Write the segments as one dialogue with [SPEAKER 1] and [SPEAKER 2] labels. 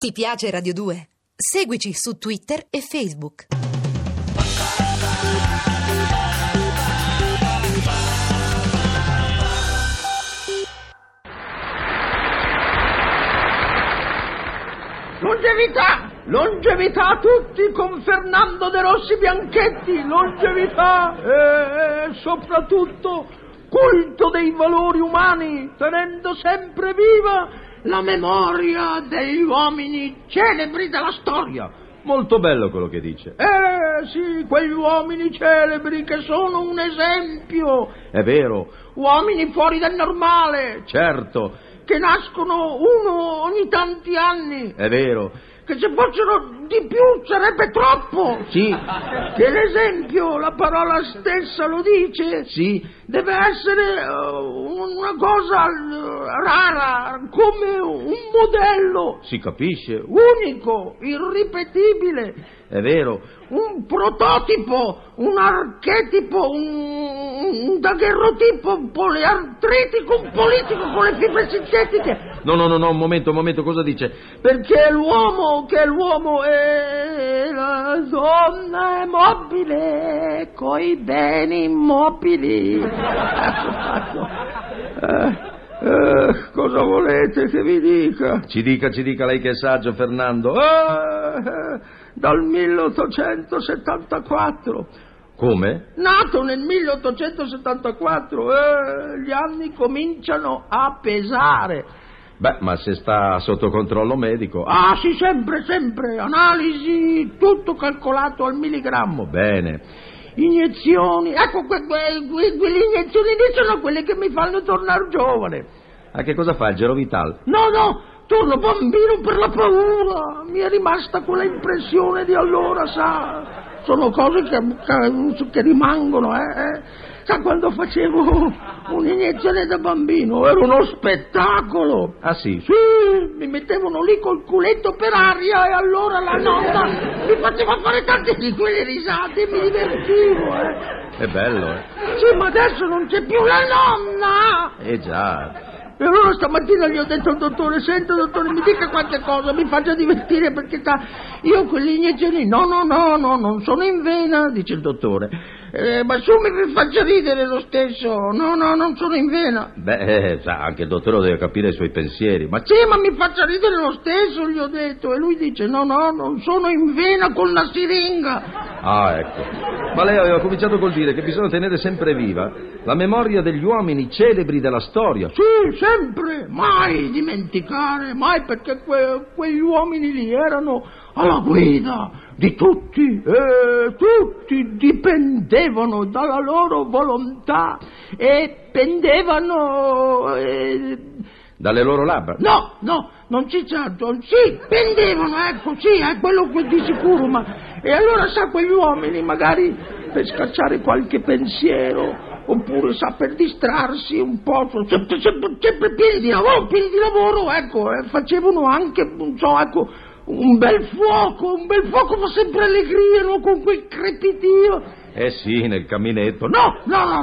[SPEAKER 1] Ti piace Radio 2? Seguici su Twitter e Facebook.
[SPEAKER 2] Longevità! Longevità a tutti con Fernando De Rossi Bianchetti! Longevità e soprattutto culto dei valori umani, tenendo sempre viva la memoria degli uomini celebri della storia.
[SPEAKER 3] Molto bello quello che dice.
[SPEAKER 2] Sì, quegli uomini celebri che sono un esempio.
[SPEAKER 3] È vero.
[SPEAKER 2] Uomini fuori dal normale.
[SPEAKER 3] Certo.
[SPEAKER 2] Che nascono uno ogni tanti anni.
[SPEAKER 3] È vero.
[SPEAKER 2] Che se fossero di più sarebbe troppo.
[SPEAKER 3] Sì.
[SPEAKER 2] Che l'esempio, la parola stessa lo dice.
[SPEAKER 3] Sì.
[SPEAKER 2] Deve essere una cosa rara, come un modello.
[SPEAKER 3] Si capisce.
[SPEAKER 2] Unico, irripetibile.
[SPEAKER 3] È vero.
[SPEAKER 2] Un prototipo, un archetipo, un daguerrotipo, un poliartritico, un politico con le fibre sintetiche.
[SPEAKER 3] No, un momento, cosa dice?
[SPEAKER 2] Perché l'uomo è la donna è mobile, coi beni immobili. Cosa volete che vi dica?
[SPEAKER 3] Ci dica lei che è saggio, Fernando.
[SPEAKER 2] Dal 1874.
[SPEAKER 3] Come?
[SPEAKER 2] Nato nel 1874, gli anni cominciano a pesare.
[SPEAKER 3] Beh, ma se sta sotto controllo medico.
[SPEAKER 2] Ah, sì, sempre, analisi, tutto calcolato al milligrammo.
[SPEAKER 3] Bene.
[SPEAKER 2] Iniezioni, ecco, quelle iniezioni lì sono quelle che mi fanno tornare giovane.
[SPEAKER 3] A che cosa fa il Gerovital?
[SPEAKER 2] No, torno bambino per la paura. Mi è rimasta quella impressione di allora, sa. Sono cose che rimangono, Sa, quando facevo un'iniezione da bambino era uno spettacolo.
[SPEAKER 3] Ah, sì?
[SPEAKER 2] Sì, mi mettevano lì col culetto per aria e allora la nonna mi faceva fare tante di quelle risate e mi divertivo,
[SPEAKER 3] È bello,
[SPEAKER 2] Sì, ma adesso non c'è più la nonna.
[SPEAKER 3] Già.
[SPEAKER 2] E allora stamattina gli ho detto al dottore: senta, dottore, mi dica qualche cosa, mi faccia divertire, perché io quelle iniezioni, no, non sono in vena, dice il dottore. Ma su, mi faccia ridere lo stesso. No, non sono in vena.
[SPEAKER 3] Beh, sa, anche il dottore deve capire i suoi pensieri. Ma
[SPEAKER 2] sì, ma mi faccia ridere lo stesso, gli ho detto. E lui dice: no, non sono in vena con la siringa.
[SPEAKER 3] Ah, ecco. Ma lei aveva cominciato col dire che bisogna tenere sempre viva la memoria degli uomini celebri della storia.
[SPEAKER 2] Sì, sempre, mai dimenticare, mai, perché quegli uomini lì erano alla guida di tutti, e tutti dipendevano dalla loro volontà e pendevano
[SPEAKER 3] dalle loro labbra.
[SPEAKER 2] No, non c'è certo. Sì, pendevano, ecco, sì, è quello di sicuro, ma e allora sa, quegli uomini magari per scacciare qualche pensiero, oppure sa, per distrarsi un po', sempre pieni di lavoro, ecco, facevano anche, non so, ecco, un bel fuoco fa sempre allegria, no? Con quel crepitio.
[SPEAKER 3] Sì, nel caminetto.
[SPEAKER 2] No,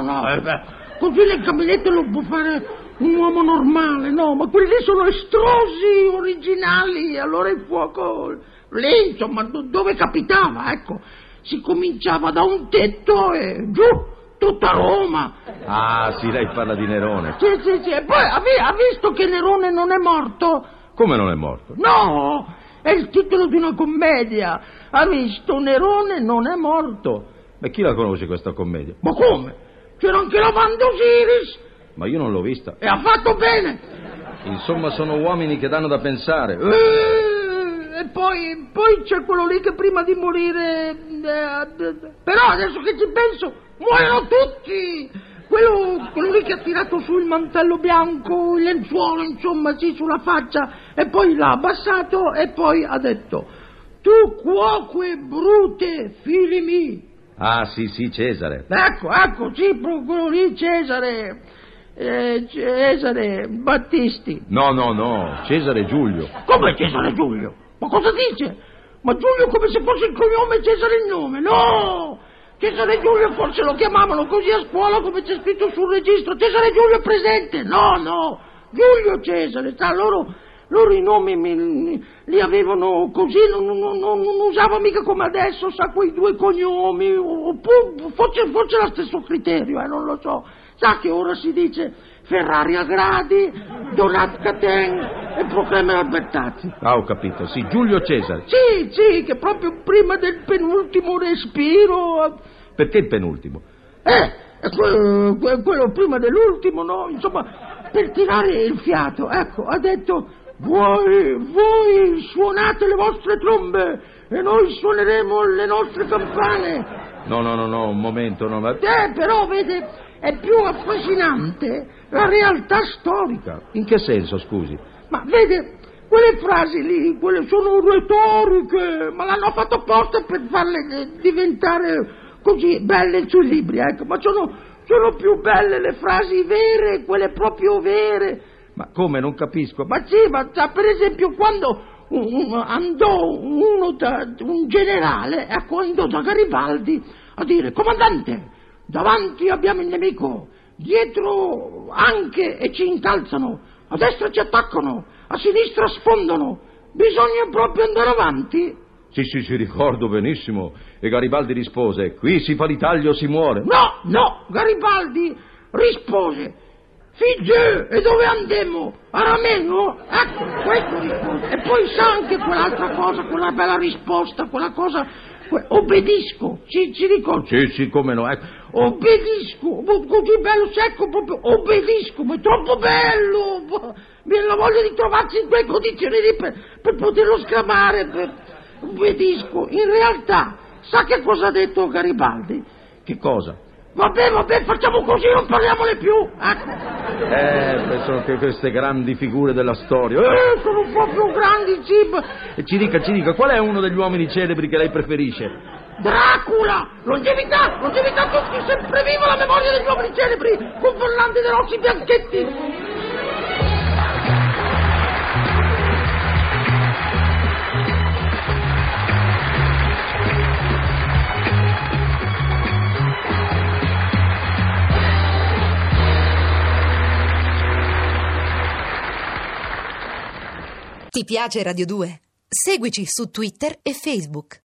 [SPEAKER 2] così nel caminetto lo può fare un uomo normale, no, ma quelli lì sono estrosi, originali, allora il fuoco lì, insomma, dove capitava, ecco, si cominciava da un tetto e giù, tutta Roma.
[SPEAKER 3] Ah, sì, lei parla di Nerone.
[SPEAKER 2] Sì, e poi ha visto che Nerone non è morto?
[SPEAKER 3] Come non è morto?
[SPEAKER 2] No, è il titolo di una commedia. Ha visto, Nerone non è morto.
[SPEAKER 3] Ma chi la conosce questa commedia?
[SPEAKER 2] Ma come? C'era anche la Wanda Osiris.
[SPEAKER 3] Ma io non l'ho vista.
[SPEAKER 2] E ha fatto bene.
[SPEAKER 3] Insomma, sono uomini che danno da pensare.
[SPEAKER 2] E poi c'è quello lì che prima di morire... Però adesso che ci penso, muoiono tutti. Quello lì che ha tirato su il mantello bianco, il lenzuolo, insomma, sì, sulla faccia, e poi l'ha abbassato e poi ha detto: tu quoque brute fili mi.
[SPEAKER 3] Ah, sì, Cesare.
[SPEAKER 2] Ecco, sì, quello lì, Cesare Battisti.
[SPEAKER 3] No, Cesare Giulio.
[SPEAKER 2] Come Cesare Giulio? Ma cosa dice? Ma Giulio come se fosse il cognome e Cesare il nome? No! Cesare Giulio forse lo chiamavano così a scuola, come c'è scritto sul registro. Cesare Giulio è presente? No, Giulio Cesare. Loro loro i nomi li avevano così, non usava mica come adesso, sa, quei due cognomi, oppure forse lo stesso criterio, non lo so. Sa che ora si dice Ferrari Agradi, Donat Caten e Proclame Albertazzi.
[SPEAKER 3] Ah, ho capito, sì, Giulio Cesare.
[SPEAKER 2] Sì, che proprio prima del penultimo respiro...
[SPEAKER 3] Perché il penultimo?
[SPEAKER 2] Quello prima dell'ultimo, no? Insomma, per tirare il fiato, ecco, ha detto: voi suonate le vostre trombe e noi suoneremo le nostre campane.
[SPEAKER 3] No, un momento, no, ma...
[SPEAKER 2] Però, vede, è più affascinante la realtà storica.
[SPEAKER 3] In che senso, scusi?
[SPEAKER 2] Ma vede, quelle frasi lì, quelle sono retoriche, ma l'hanno fatto apposta per farle diventare così belle sui libri, ecco, ma sono più belle le frasi vere, quelle proprio vere.
[SPEAKER 3] Ma come, non capisco?
[SPEAKER 2] Ma sì, ma per esempio quando andò un generale, ecco, andò da Garibaldi a dire: comandante, davanti abbiamo il nemico, dietro anche e ci incalzano, a destra ci attaccano, a sinistra sfondono, bisogna proprio andare avanti.
[SPEAKER 3] Sì, ricordo benissimo. E Garibaldi rispose: qui si fa di taglio, si muore.
[SPEAKER 2] No, Garibaldi rispose: Figlio, e dove andiamo? A Rameno? Ecco, questo rispose. E poi sa anche quell'altra cosa, quella bella risposta, quella cosa... obbedisco, ci ricordo?
[SPEAKER 3] Sì, come no, ecco.
[SPEAKER 2] Obbedisco, così bello secco, proprio obbedisco, ma è troppo bello. Viene la voglia di trovarsi in quelle condizioni lì per poterlo sclamare, obbedisco. In realtà, sa che cosa ha detto Garibaldi?
[SPEAKER 3] Che cosa?
[SPEAKER 2] Vabbè, facciamo così, non parliamone più.
[SPEAKER 3] Ecco. Sono che queste grandi figure della storia.
[SPEAKER 2] Sono proprio grandi, sì.
[SPEAKER 3] E ci dica, qual è uno degli uomini celebri che lei preferisce?
[SPEAKER 2] Dracula! Longevità, tutti sempre viva la memoria degli uomini celebri, con Ferrandi De Rossi Bianchetti.
[SPEAKER 1] Ti piace Radio 2? Seguici su Twitter e Facebook.